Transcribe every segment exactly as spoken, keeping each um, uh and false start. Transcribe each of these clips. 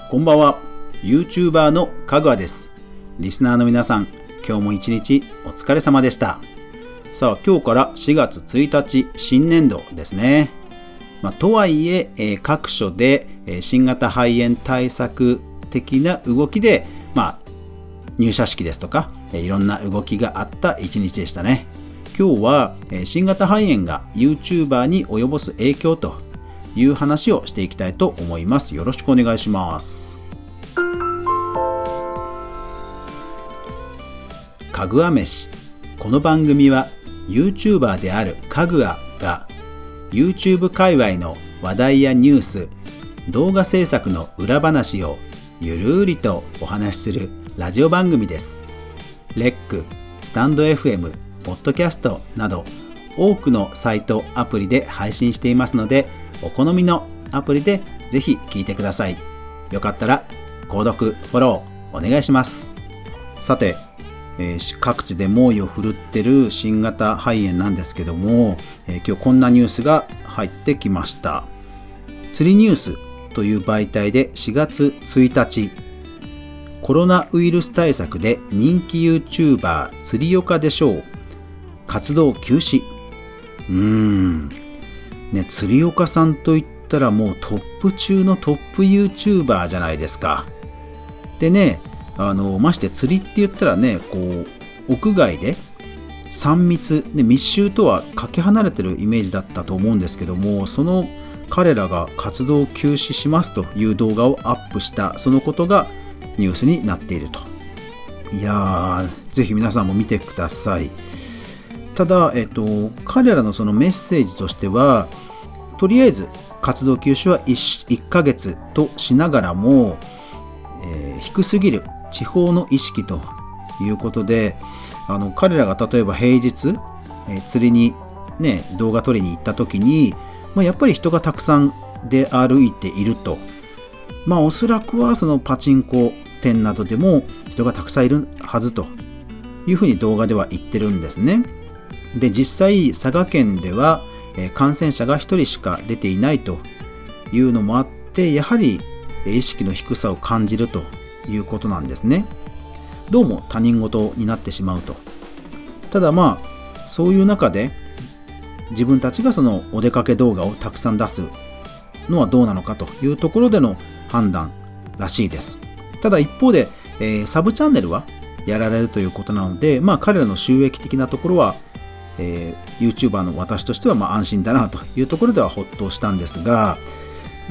こんばんは。 YouTuber のかぐわです。リスナーの皆さん、今日も一日お疲れ様でした。さあ、今日からしがつついたち、新年度ですね。まあ、とはいええー、各所で、えー、新型肺炎対策的な動きで、まあ、入社式ですとか、えー、いろんな動きがあった一日でしたね。今日は、えー、新型肺炎が YouTuber に及ぼす影響という話をしていきたいと思います。よろしくお願いします。かぐわ飯。この番組は YouTuber であるかぐわが YouTube 界隈の話題やニュース、動画制作の裏話をゆるりとお話しするラジオ番組です。レック、スタンド エフエム、ポッドキャストなど多くのサイト、アプリで配信していますので、お好みのアプリでぜひ聞いてください。よかったら購読、フォローお願いします。さて、えー、各地で猛威を振るってる新型肺炎なんですけども、えー、今日こんなニュースが入ってきました。釣りニュースという媒体でしがつついたち、コロナウイルス対策で人気 YouTuber 釣り岡でしょう、活動休止。うーんね、釣り岡さんといったらもうトップ中のトップ YouTuber じゃないですか。でね、あのまして釣りって言ったらね、こう屋外でさん密、ね、密集とはかけ離れてるイメージだったと思うんですけども、その彼らが活動休止しますという動画をアップした、そのことがニュースになっていると。いやー、ぜひ皆さんも見てください。ただ、えっと、彼らのそのメッセージとしては、とりあえず活動休止は 1, いっかげつとしながらも、えー、低すぎる地方の意識ということで、あの彼らが例えば平日、えー、釣りに、ね、動画撮りに行った時に、まあ、やっぱり人がたくさん出歩いていると、まあ、おそらくはそのパチンコ店などでも人がたくさんいるはずというふうに動画では言ってるんですね。で、実際佐賀県では、えー、感染者がひとりしか出ていないというのもあって、やはり意識の低さを感じるということなんですね。どうも他人事になってしまうと。ただまあそういう中で自分たちがそのお出かけ動画をたくさん出すのはどうなのかというところでの判断らしいです。ただ一方で、えー、サブチャンネルはやられるということなので、まあ彼らの収益的なところは、えー、YouTuber の私としてはまあ安心だなというところではほっとしたんですが、うん、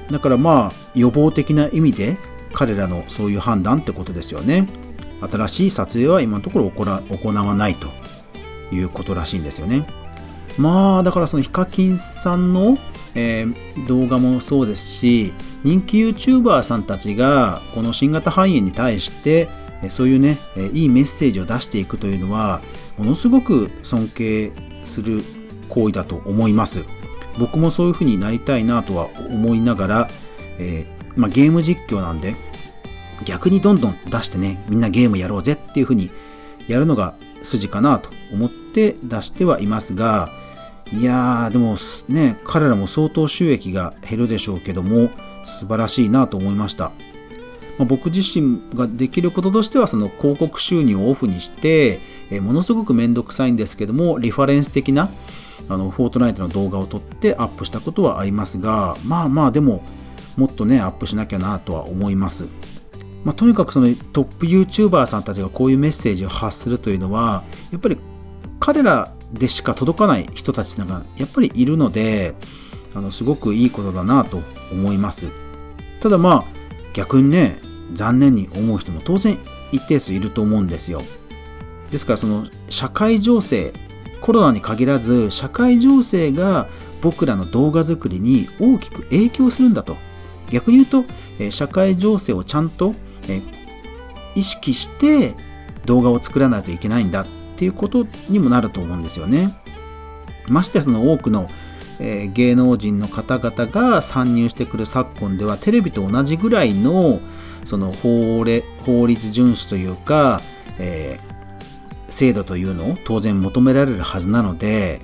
だからまあ予防的な意味で彼らのそういう判断ってことですよね。新しい撮影は今のところ行わないということらしいんですよね。まあだからそのヒカキンさんの、えー、動画もそうですし、人気 YouTuber さんたちがこの新型肺炎に対してそういうね、いいメッセージを出していくというのはものすごく尊敬する行為だと思います。僕もそういう風になりたいなとは思いながら、えーまあ、ゲーム実況なんで逆にどんどん出してね、みんなゲームやろうぜっていう風にやるのが筋かなと思って出してはいますが、いやーでもね、彼らも相当収益が減るでしょうけども素晴らしいなと思いました。まあ、僕自身ができることとしては、その広告収入をオフにして、えー、ものすごくめんどくさいんですけどもリファレンス的なあのフォートナイトの動画を撮ってアップしたことはありますが、まあまあでももっとねアップしなきゃなとは思います。まあ、とにかくそのトップ YouTuber さんたちがこういうメッセージを発するというのはやっぱり彼らでしか届かない人たちがやっぱりいるので、あのすごくいいことだなと思います。ただまあ逆にね、残念に思う人も当然一定数いると思うんですよ。ですからその社会情勢、コロナに限らず社会情勢が僕らの動画作りに大きく影響するんだと。逆に言うと、えー、社会情勢をちゃんと、えー、意識して動画を作らないといけないんだっていうことにもなると思うんですよね。ましてその多くの、えー、芸能人の方々が参入してくる昨今ではテレビと同じぐらいのその 法, 令法律遵守というか、えー、制度というのを当然求められるはずなので、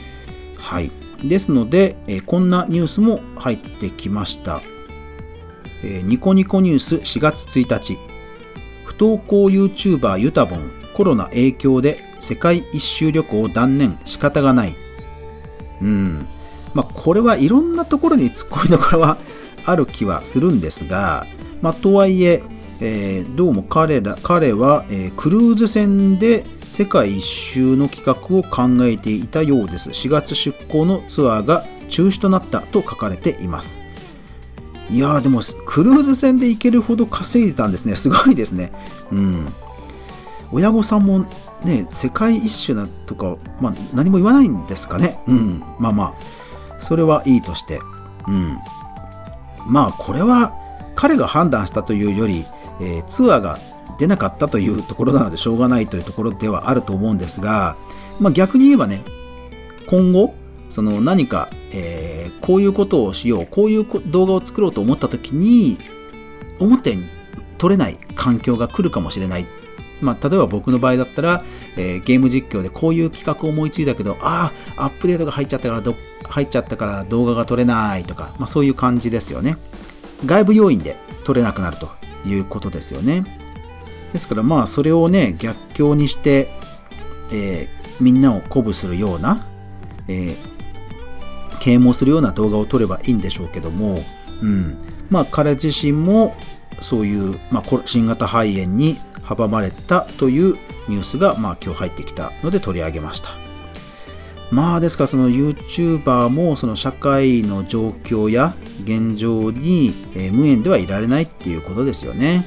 はい。ですので、えー、こんなニュースも入ってきました。 えー、ニコニコニュースしがつついたち、不登校 YouTuber ユタボン、コロナ影響で世界一周旅行を断念、仕方がない。うん。まあ、これはいろんなところに突っ込みどころはある気はするんですが、まあ、とはいえ、えー、どうも彼ら彼は、えー、クルーズ船で世界一周の企画を考えていたようです。しがつ出港のツアーが中止となったと書かれています。いやーでもクルーズ船で行けるほど稼いでたんですね。すごいですね。うん。親御さんもね、世界一周なとか、まあ、何も言わないんですかね。うん。まあまあ、それはいいとして。うん。まあ、これは彼が判断したというより、えー、ツアーが出なかったというところなのでしょうがないというところではあると思うんですが、まあ、逆に言えばね、今後、その何か、えー、こういうことをしよう、こういう動画を作ろうと思った時に、表に撮れない環境が来るかもしれない。まあ、例えば僕の場合だったら、えー、ゲーム実況でこういう企画を思いついたけど、ああ、アップデートが入っちゃったからど、入っちゃったから動画が撮れないとか、まあ、そういう感じですよね。外部要因で撮れなくなるということですよね。ですからまあそれをね、逆境にして、えー、みんなを鼓舞するような、えー、啓蒙するような動画を撮ればいいんでしょうけども、うん、まあ彼自身もそういう、まあ、新型肺炎に阻まれたというニュースが、まあ、今日入ってきたので取り上げました。まあですからその YouTuber もその社会の状況や現状に、えー、無縁ではいられないっていうことですよね。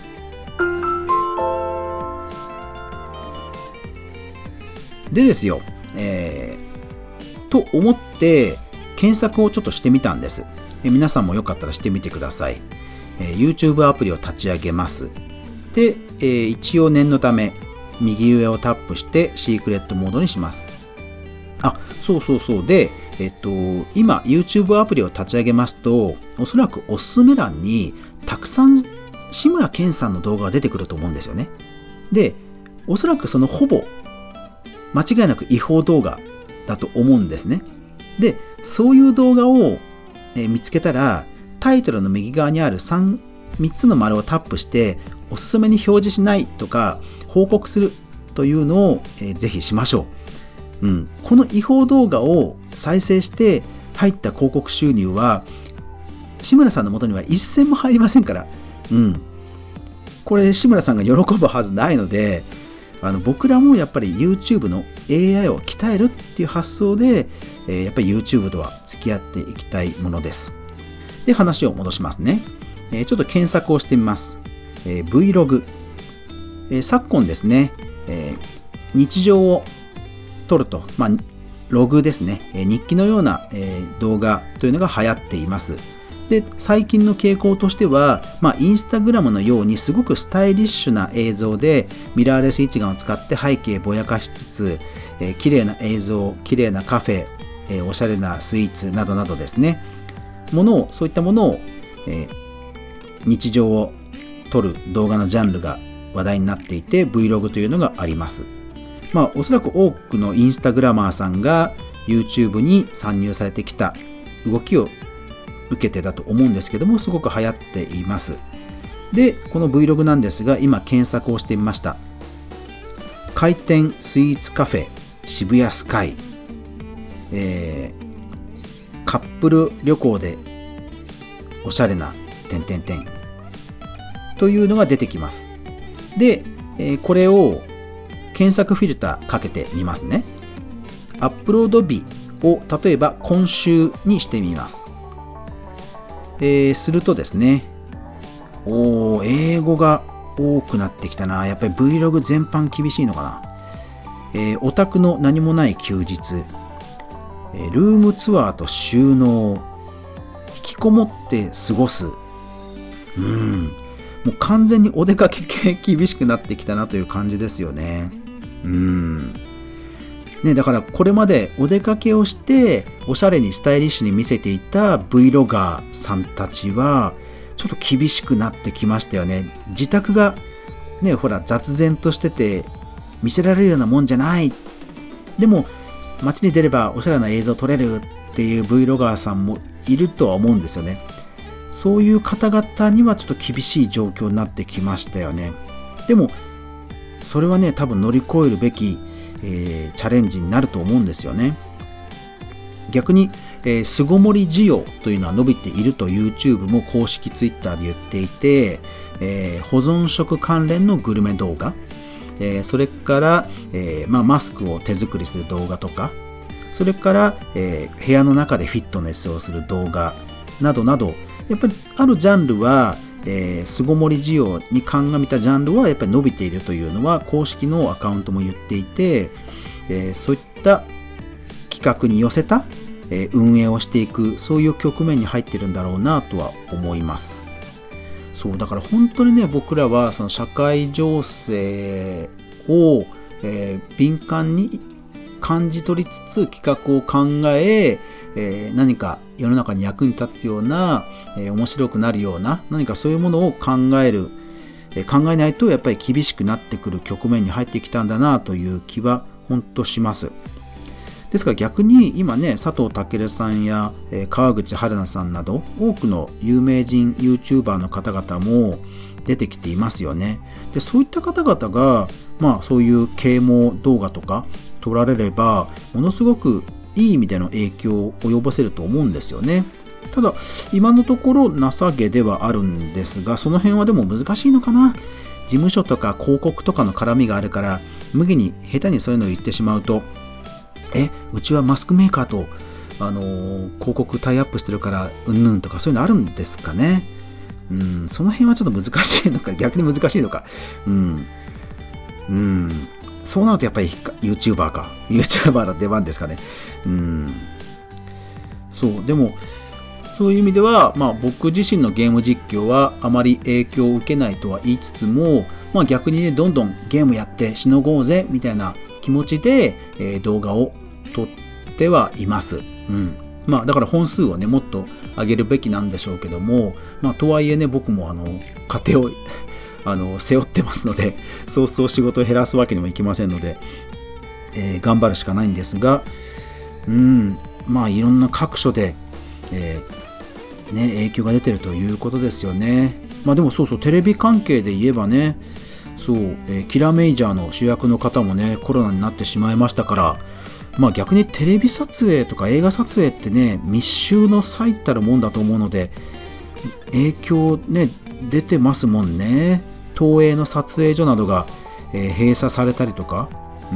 でですよ、えー、と思って検索をちょっとしてみたんです。えー、皆さんもよかったらしてみてください。えー、YouTube アプリを立ち上げます。で、えー、一応念のため右上をタップしてシークレットモードにします。あ、そうそうそう。で、えっと、今 YouTube アプリを立ち上げますと、おそらくおすすめ欄にたくさん志村けんさんの動画が出てくると思うんですよね。で、おそらくそのほぼ間違いなく違法動画だと思うんですね。で、そういう動画を、えー、見つけたら、タイトルの右側にある 3, 3つの丸をタップして、おすすめに表示しないとか、報告するというのを、えー、ぜひしましょう。うん、この違法動画を再生して入った広告収入は、志村さんの元には一銭も入りませんから。うん。これ、志村さんが喜ぶはずないので、あの僕らもやっぱり YouTube の エーアイ を鍛えるっていう発想で、えー、やっぱり YouTube とは付き合っていきたいものです。で、話を戻しますね。えー、ちょっと検索をしてみます。えー、Vlog、えー。昨今ですね、えー、日常を撮ると、まあ、ログですね、えー、日記のような、えー、動画というのが流行っています。で、最近の傾向としては、まあ、インスタグラムのようにすごくスタイリッシュな映像でミラーレス一眼を使って背景ぼやかしつつ、えー、綺麗な映像、綺麗なカフェ、えー、おしゃれなスイーツなどなどですね、ものをそういったものを、えー、日常を撮る動画のジャンルが話題になっていて Vlog というのがあります。まあ、おそらく多くのインスタグラマーさんが YouTube に参入されてきた動きを受けてだと思うんですけども、すごく流行っています。で、この Vlog なんですが、今検索をしてみました。回転スイーツカフェ渋谷スカイ、えー、カップル旅行でおしゃれな点々点というのが出てきます。で、えー、これを検索フィルターかけてみますね。アップロード日を例えば今週にしてみます。えー、するとですね、おー、英語が多くなってきたな。やっぱり Vlog 全般厳しいのかな。えー、お宅の何もない休日、えー、ルームツアーと収納、引きこもって過ごす。うん、もう完全にお出かけ系厳しくなってきたなという感じですよね。うんね、だからこれまでお出かけをしておしゃれにスタイリッシュに見せていた Vlogger さんたちはちょっと厳しくなってきましたよね。自宅がね、ほら雑然としてて見せられるようなもんじゃない。でも街に出ればおしゃれな映像撮れるっていう Vlogger さんもいるとは思うんですよね。 そういう方々にはちょっと厳しい状況になってきましたよね。でもそれはね、多分乗り越えるべき、えー、チャレンジになると思うんですよね。逆に、えー、巣ごもり需要というのは伸びていると YouTube も公式 Twitter で言っていて、えー、保存食関連のグルメ動画、えー、それから、えーまあ、マスクを手作りする動画とか、それから、えー、部屋の中でフィットネスをする動画などなど、やっぱりあるジャンルはえー、巣ごもり需要に鑑みたジャンルはやっぱり伸びているというのは公式のアカウントも言っていて、えー、そういった企画に寄せた、えー、運営をしていく、そういう局面に入ってるんだろうなとは思います。そうだから本当にね、僕らはその社会情勢を、えー、敏感に感じ取りつつ企画を考え、えー、何か世の中に役に立つような、えー、面白くなるような何かそういうものを考える、えー、考えないとやっぱり厳しくなってくる局面に入ってきたんだなという気は本当します。ですから逆に今ね、佐藤健さんや、えー、川口春奈さんなど多くの有名人 YouTuber の方々も出てきていますよね。でそういった方々が、まあ、そういう啓蒙動画とか撮られればものすごくいい意味での影響を及ぼせると思うんですよね。ただ今のところ情けではあるんですが、その辺はでも難しいのかな。事務所とか広告とかの絡みがあるから無限に下手にそういうのを言ってしまうと、えうちはマスクメーカーと、あのー、広告タイアップしてるからうんぬんとかそういうのあるんですかね。うん、その辺はちょっと難しいのか、逆に難しいのか。うんうんそうなるとやっぱり YouTuber か YouTuber の出番ですかね。うんそうでもそういう意味では、まあ、僕自身のゲーム実況はあまり影響を受けないとは言いつつも、まあ、逆にねどんどんゲームやってしのごうぜみたいな気持ちで、えー、動画を撮ってはいます。うんまあ、だから本数をねもっと上げるべきなんでしょうけども、まあ、とはいえね僕もあの家庭をあの背負ってますので、そうそう仕事を減らすわけにもいきませんので、えー、頑張るしかないんですが、うんまあいろんな各所で、えーね、影響が出てるということですよね。まあでもそうそうテレビ関係で言えばね、そう、えー、キラメイジャーの主役の方もねコロナになってしまいましたから、まあ逆にテレビ撮影とか映画撮影ってね密集の最たるもんだと思うので影響ね出てますもんね。東映の撮影所などが、えー、閉鎖されたりとか、うん、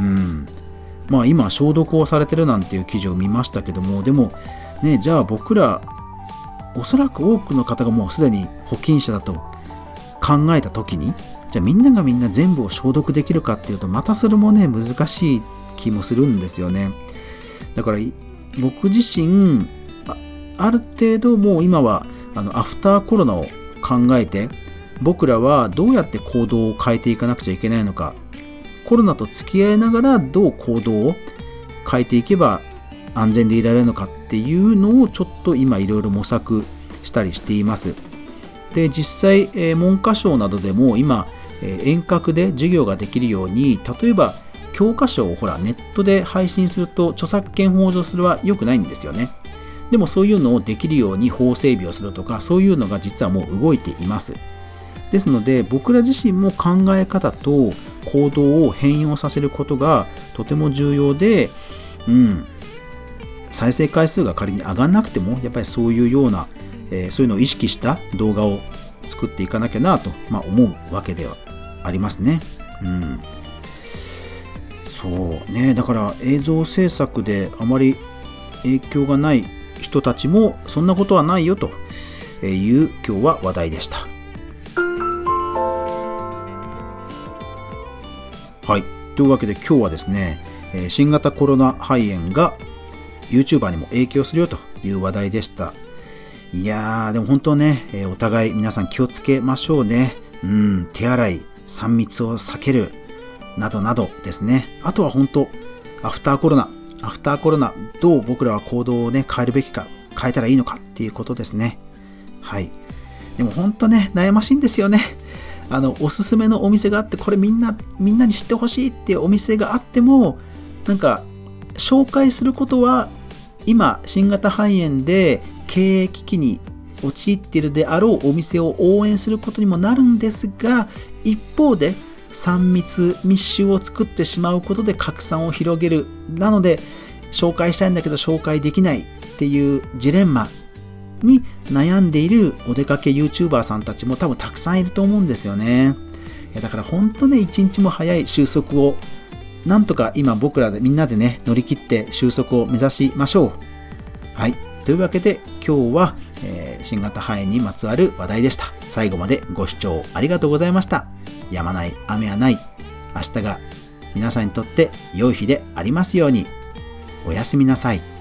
まあ今消毒をされてるなんていう記事を見ましたけども、でもねじゃあ僕らおそらく多くの方がもうすでに保菌者だと考えた時に、じゃあみんながみんな全部を消毒できるかっていうとまたそれもね難しい気もするんですよね。だから僕自身 あ, ある程度もう今はあのアフターコロナを考えて僕らはどうやって行動を変えていかなくちゃいけないのか、コロナと付き合いながらどう行動を変えていけば安全でいられるのかっていうのをちょっと今いろいろ模索したりしています。で実際、えー、文科省などでも今、えー、遠隔で授業ができるように、例えば教科書をほらネットで配信すると著作権法上それは良くないんですよね。でもそういうのをできるように法整備をするとか、そういうのが実はもう動いています。ですので僕ら自身も考え方と行動を変容させることがとても重要で、うん、再生回数が仮に上がらなくてもやっぱりそういうような、えー、そういうのを意識した動画を作っていかなきゃなと、まあ、思うわけではありますね。うん、そうね、だから映像制作であまり影響がない人たちもそんなことはないよという今日は話題でした。はい、というわけで今日はですね、新型コロナ肺炎が YouTuber にも影響するよという話題でした。いやーでも本当ね、お互い皆さん気をつけましょうね。うん、手洗い、さん密を避けるなどなどですね。あとは本当アフターコロナアフターコロナどう僕らは行動をね変えるべきか、変えたらいいのかっていうことですね。はい。でも本当ね悩ましいんですよね。あのおすすめのお店があって、これみんなみんなに知ってほしいっていうお店があっても、なんか紹介することは今新型肺炎で経営危機に陥っているであろうお店を応援することにもなるんですが、一方でさん密密集を作ってしまうことで拡散を広げる。なので紹介したいんだけど紹介できないっていうジレンマに悩んでいるお出かけ YouTuber さんたちも多分たくさんいると思うんですよね。いやだから本当ね、一日も早い収束をなんとか今僕らでみんなでね乗り切って収束を目指しましょう。はい、というわけで今日は、えー、新型肺炎にまつわる話題でした。最後までご視聴ありがとうございました。止まない雨はない。明日が皆さんにとって良い日でありますように。おやすみなさい。